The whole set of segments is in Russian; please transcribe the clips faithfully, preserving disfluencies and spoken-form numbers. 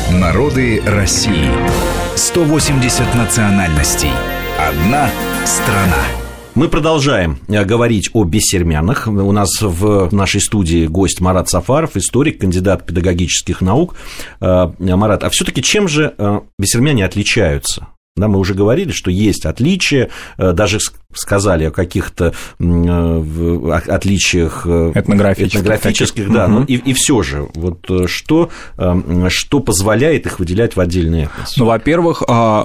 Народы России. сто восемьдесят национальностей. Одна страна. Мы продолжаем говорить о бессермянах. У нас в нашей студии гость Марат Сафаров, историк, кандидат педагогических наук. Марат, а все-таки чем же бессермяне отличаются? Да, мы уже говорили, что есть отличия, даже сказали о каких-то отличиях этнографических, этнографических да, угу. но и, и все же, вот что, что позволяет их выделять в отдельный этнос? Ну, во-первых,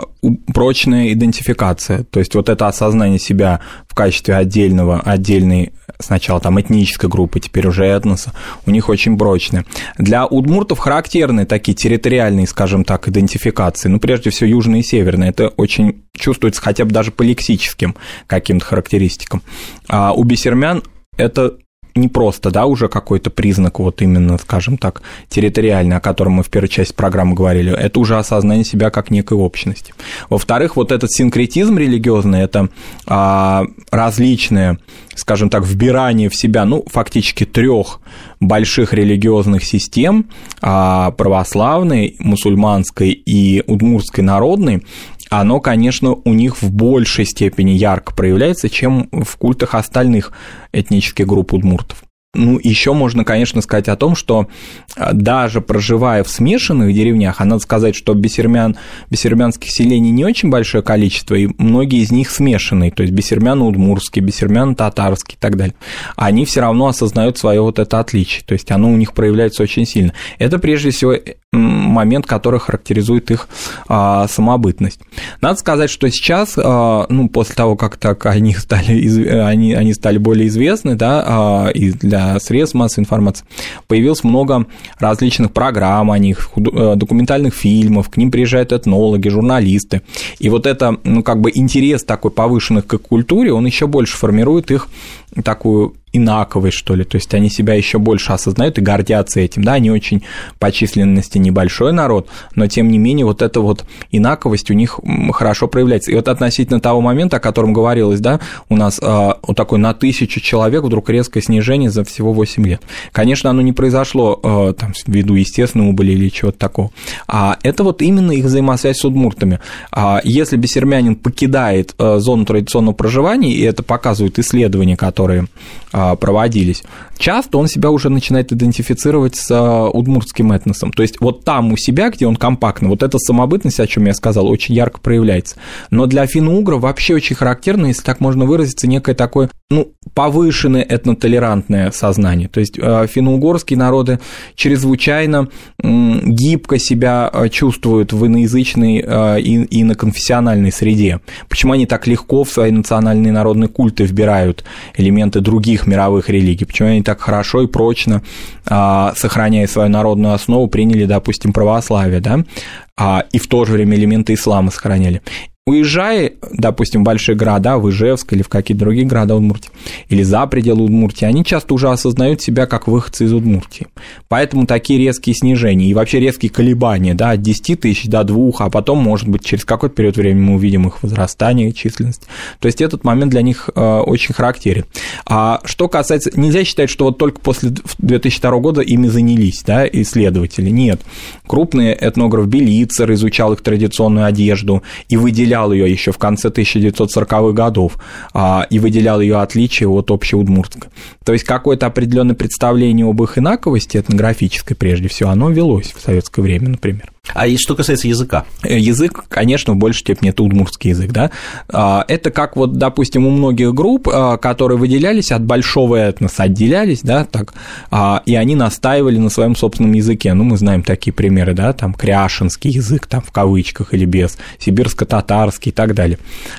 прочная идентификация, то есть вот это осознание себя в качестве отдельного, отдельной сначала там этнической группы, теперь уже этноса, у них очень прочные. Для удмуртов характерны такие территориальные, скажем так, идентификации, ну, прежде всего, южные и северные, это очень чувствуется хотя бы даже по лексическим каким-то характеристикам. А у бессермян это не просто, да, уже какой-то признак вот именно, скажем так, территориальный, о котором мы в первой части программы говорили, это уже осознание себя как некой общности. Во-вторых, вот этот синкретизм религиозный, это а, различные, скажем так, вбирание в себя, ну, фактически трех больших религиозных систем, а, православной, мусульманской и удмуртской народной, оно, конечно, у них в большей степени ярко проявляется, чем в культах остальных этнических групп удмуртов. Ну, еще можно, конечно, сказать о том, что даже проживая в смешанных деревнях, а надо сказать, что бессермян, бессермянских селений не очень большое количество, и многие из них смешанные, то есть бессермяно-удмуртские, бессермяно-татарские и так далее, они все равно осознают свое вот это отличие, то есть оно у них проявляется очень сильно. Это, прежде всего, момент, который характеризует их а, самобытность. Надо сказать, что сейчас, а, ну, после того, как так они стали, они, они стали более известны, да, а, и для средств массовой информации, появилось много различных программ о них, документальных фильмов, к ним приезжают этнологи, журналисты, и вот это, ну, как бы интерес такой повышенный к культуре, он еще больше формирует их такую инаковость, что ли, то есть они себя еще больше осознают и гордятся этим, да, они очень по численности небольшой народ, но тем не менее вот эта вот инаковость у них хорошо проявляется. И вот относительно того момента, о котором говорилось, да, у нас э, вот такой на тысячу человек вдруг резкое снижение за всего восемь лет. Конечно, оно не произошло э, там, ввиду естественной убыли или чего-то такого, а это вот именно их взаимосвязь с удмуртами. А если бессермянин покидает э, зону традиционного проживания, и это показывают исследования, которые проводились, часто он себя уже начинает идентифицировать с удмуртским этносом. То есть вот там у себя, где он компактно, вот эта самобытность, о чем я сказал, очень ярко проявляется. Но для финно-угров вообще очень характерно, если так можно выразиться, некое такое, ну, повышенное этнотолерантное сознание. То есть финно-угорские народы чрезвычайно гибко себя чувствуют в иноязычной и иноконфессиональной среде. Почему они так легко в свои национальные народные культы вбирают элементы других мировых религий, почему они так хорошо и прочно, сохраняя свою народную основу, приняли, допустим, православие, да, и в то же время элементы ислама сохраняли. Уезжая, допустим, в большие города, в Ижевск или в какие-то другие города Удмуртии, или за пределы Удмуртии, они часто уже осознают себя как выходцы из Удмуртии. Поэтому такие резкие снижения и вообще резкие колебания, да, от десяти тысяч до двух, а потом, может быть, через какой-то период времени мы увидим их возрастание, численность. То есть этот момент для них э, очень характерен. А что касается... Нельзя считать, что вот только после две тысячи второго года ими занялись, да, исследователи. Нет. Крупный этнограф Белицер изучал их традиционную одежду и выделял ее еще в конце тысяча девятьсот сороковых годов а, и выделял ее отличие от общеудмуртской. То есть какое-то определенное представление об их инаковости этнографической, прежде всего, оно велось в советское время, например. А и что касается языка? Язык, конечно, в большей степени это удмуртский язык, да. Это как вот, допустим, у многих групп, которые выделялись от большого этноса, отделялись, да, так, и они настаивали на своем собственном языке. Ну, мы знаем такие примеры, да, там, кряшинский язык, там, в кавычках или без, сибирско-татарский и так далее.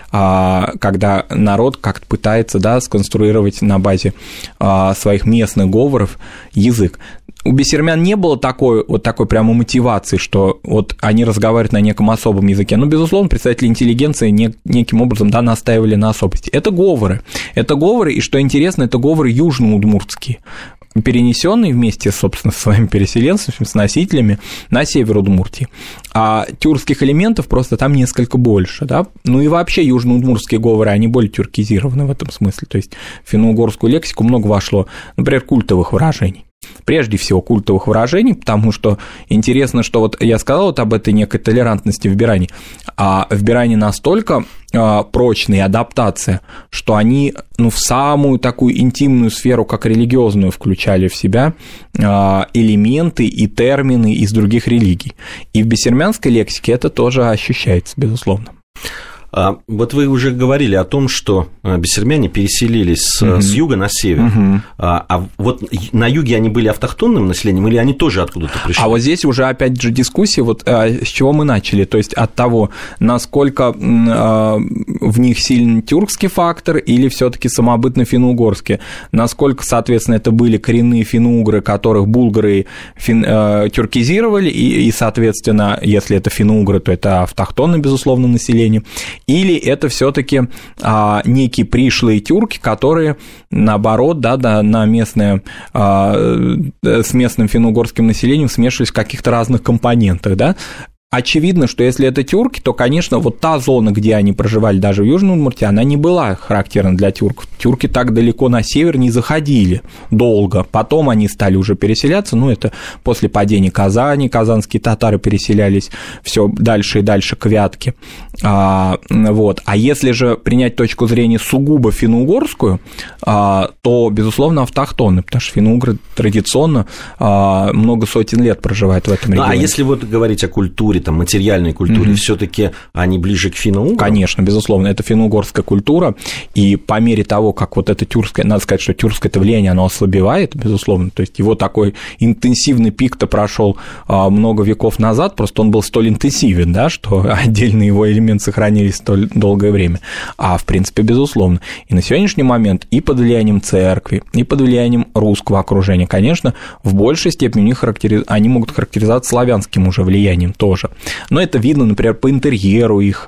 Когда народ как-то пытается, да, сконструировать на базе своих местных говоров язык. У бессермян не было такой, вот такой прямо мотивации, что вот они разговаривают на неком особом языке. Но, безусловно, представители интеллигенции не, неким образом, да, настаивали на особости. Это говоры. Это говоры, и, что интересно, это говоры южноудмуртские. перенесенный вместе, собственно, со своими переселенцами, с носителями на север Удмуртии. А тюркских элементов просто там несколько больше, да. Ну и вообще южноудмуртские говоры, они более тюркизированы в этом смысле. То есть в финно-угорскую лексику много вошло, например, культовых выражений. Прежде всего культовых выражений, потому что интересно, что вот я сказал вот об этой некой толерантности в Биране, а в Биране настолько а, прочная адаптация, что они ну, в самую такую интимную сферу, как религиозную, включали в себя а, элементы и термины из других религий. И в бессермянской лексике это тоже ощущается, безусловно. А вот вы уже говорили о том, что бессермяне переселились с, uh-huh. с юга на север, uh-huh. а, а вот на юге они были автохтонным населением или они тоже откуда-то пришли? А вот здесь уже опять же дискуссия, вот с чего мы начали, то есть от того, насколько в них сильный тюркский фактор или все-таки самобытно финно-угорские, насколько, соответственно, это были коренные финно-угры, которых булгары фин, тюркизировали, и, и, соответственно, если это финно-угры, то это автохтонное, безусловно, население. Или это все-таки а, некие пришлые тюрки, которые, наоборот, да, да, на местное, а, с местным финно-угорским населением смешивались в каких-то разных компонентах, да. Очевидно, что если это тюрки, то, конечно, вот та зона, где они проживали даже в Южной Удмуртии, она не была характерна для тюрков. Тюрки так далеко на север не заходили долго. Потом они стали уже переселяться, ну, это после падения Казани, казанские татары переселялись все дальше и дальше к Вятке. А, вот. А если же принять точку зрения сугубо финно-угорскую, а, то, безусловно, автохтонны, потому что финно-угры традиционно а, много сотен лет проживают в этом регионе. Ну, а если вот говорить о культуре, там, материальной культуре, mm-hmm. все-таки они ближе к финно-уграм? Конечно, безусловно, это финно-угорская культура, и по мере того, как вот это тюркское, надо сказать, что тюркское влияние, оно ослабевает, безусловно, то есть его такой интенсивный пик-то прошел много веков назад, просто он был столь интенсивен, да, что отдельные его элементы сохранились столь долгое время, а в принципе, безусловно, и на сегодняшний момент и под влиянием церкви, и под влиянием русского окружения, конечно, в большей степени у них характери... они могут характеризоваться славянским уже влиянием тоже. Но это видно, например, по интерьеру их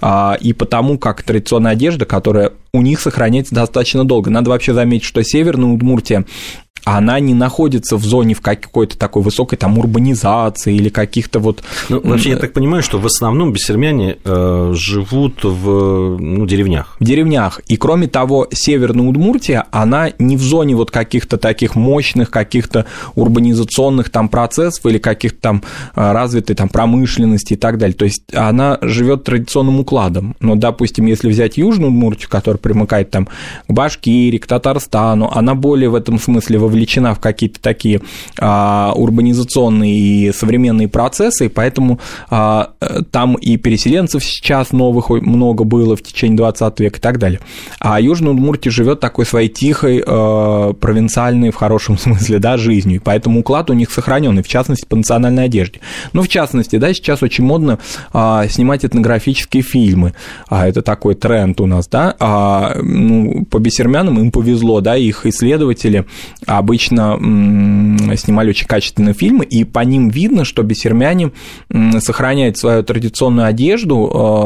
и по тому, как традиционная одежда, которая у них сохраняется достаточно долго. Надо вообще заметить, что Северная Удмуртия, она не находится в зоне в какой-то такой высокой там урбанизации или каких-то вот... Ну, вообще, я так понимаю, что в основном бессермяне э, живут в ну, деревнях. В деревнях. И, кроме того, Северная Удмуртия, она не в зоне вот каких-то таких мощных, каких-то урбанизационных там процессов или каких-то там развитой там промышленности и так далее. То есть она живет традиционным укладом. Но, допустим, если взять Южную Удмуртию, которая примыкает там к Башкирии, к Татарстану, она более в этом смысле вовлечена в какие-то такие а, урбанизационные и современные процессы, и поэтому а, там и переселенцев сейчас новых много было в течение двадцатого века и так далее. А Южная Удмуртия живет такой своей тихой, а, провинциальной, в хорошем смысле, да, жизнью, и поэтому уклад у них сохраненный, в частности, по национальной одежде. Ну, в частности, да, сейчас очень модно а, снимать этнографические фильмы, а, это такой тренд у нас, да, а, ну, по бессермянам им повезло, да, их исследователи обычно снимали очень качественные фильмы, и по ним видно, что бессермяне сохраняют свою традиционную одежду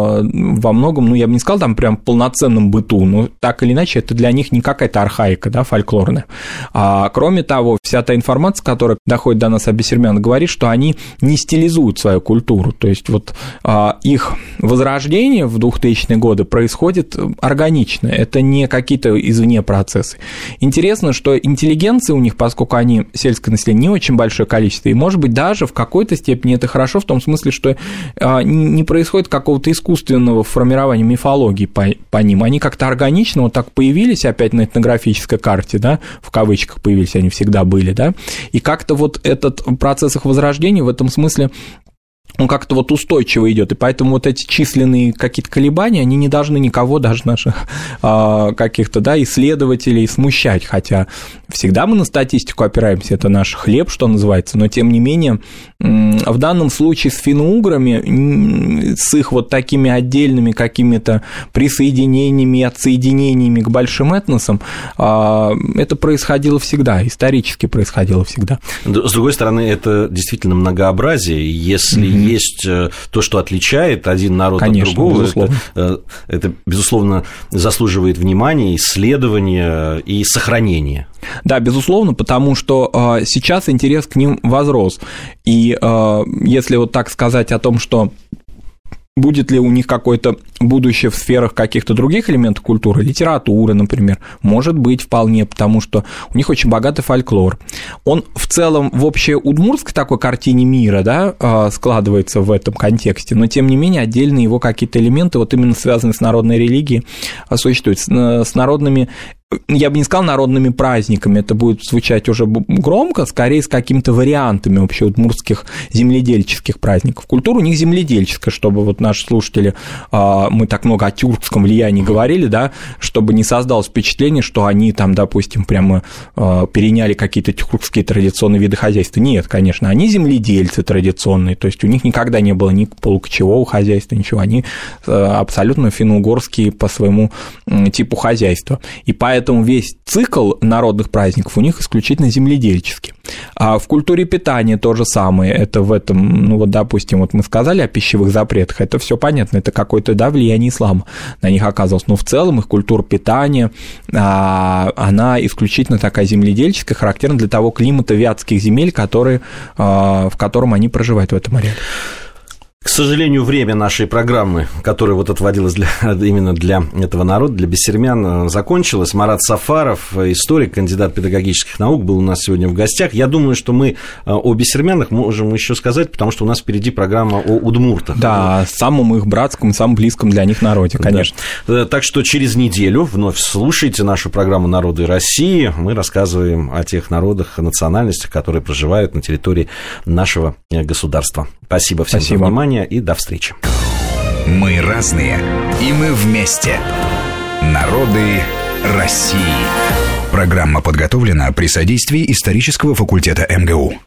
во многом, ну, я бы не сказал, там прям полноценном быту, но так или иначе это для них не какая-то архаика, да, фольклорная. А, кроме того, вся та информация, которая доходит до нас о бессермянах, говорит, что они не стилизуют свою культуру, то есть вот а, их возрождение в двухтысячные годы происходит органично, это не какие-то извне процессы. Интересно, что интеллигенция у них, поскольку они сельское население, не очень большое количество, и, может быть, даже в какой-то степени это хорошо в том смысле, что не происходит какого-то искусственного формирования мифологии по, по ним, они как-то органично вот так появились опять на этнографической карте, да, в кавычках появились, они всегда были, да, и как-то вот этот процесс их возрождения в этом смысле он как-то вот устойчиво идет, и поэтому вот эти численные какие-то колебания, они не должны никого, даже наших а, каких-то, да, исследователей смущать, хотя всегда мы на статистику опираемся, это наш хлеб, что называется, но тем не менее в данном случае с финно-уграми, с их вот такими отдельными какими-то присоединениями, отсоединениями к большим этносам, а, это происходило всегда, исторически происходило всегда. С другой стороны, это действительно многообразие, если есть то, что отличает один народ Конечно, от другого. Безусловно. Это, это, безусловно, заслуживает внимания, исследования и сохранения. Да, безусловно, потому что э, сейчас интерес к ним возрос. И э, если вот так сказать о том, что будет ли у них какое-то будущее в сферах каких-то других элементов культуры, литературы, например, может быть вполне, потому что у них очень богатый фольклор. Он в целом в общеудмуртской такой картине мира, да, складывается в этом контексте, но тем не менее отдельные его какие-то элементы, вот именно связанные с народной религией, существуют, с народными, я бы не сказал народными праздниками, это будет звучать уже громко, скорее с какими-то вариантами общеудмуртских земледельческих праздников. Культура у них земледельческая, чтобы вот наши слушатели, мы так много о тюркском влиянии говорили, да, чтобы не создалось впечатление, что они там, допустим, прямо переняли какие-то тюркские традиционные виды хозяйства. Нет, конечно, они земледельцы традиционные, то есть у них никогда не было ни полукочевого хозяйства, ничего, они абсолютно финно-угорские по своему типу хозяйства. И поэтому Поэтому весь цикл народных праздников у них исключительно земледельческий. А в культуре питания то же самое. Это в этом, ну вот, допустим, вот мы сказали о пищевых запретах, это все понятно, это какое-то, да, влияние ислама на них оказалось. Но в целом их культура питания, она исключительно такая земледельческая, характерна для того климата вятских земель, которые, в котором они проживают в этом ареале. К сожалению, время нашей программы, которая вот отводилась для, именно для этого народа, для бессермян, закончилось. Марат Сафаров, историк, кандидат педагогических наук, был у нас сегодня в гостях. Я думаю, что мы о бессермянах можем еще сказать, потому что у нас впереди программа о удмуртах. Да, самом их братском, самом близком для них народе, конечно. Да. Так что через неделю вновь слушайте нашу программу «Народы России». Мы рассказываем о тех народах, национальностях, которые проживают на территории нашего государства. Спасибо всем Спасибо. за внимание и до встречи. Мы разные, и мы вместе. Народы России. Программа подготовлена при содействии исторического факультета эм гэ у.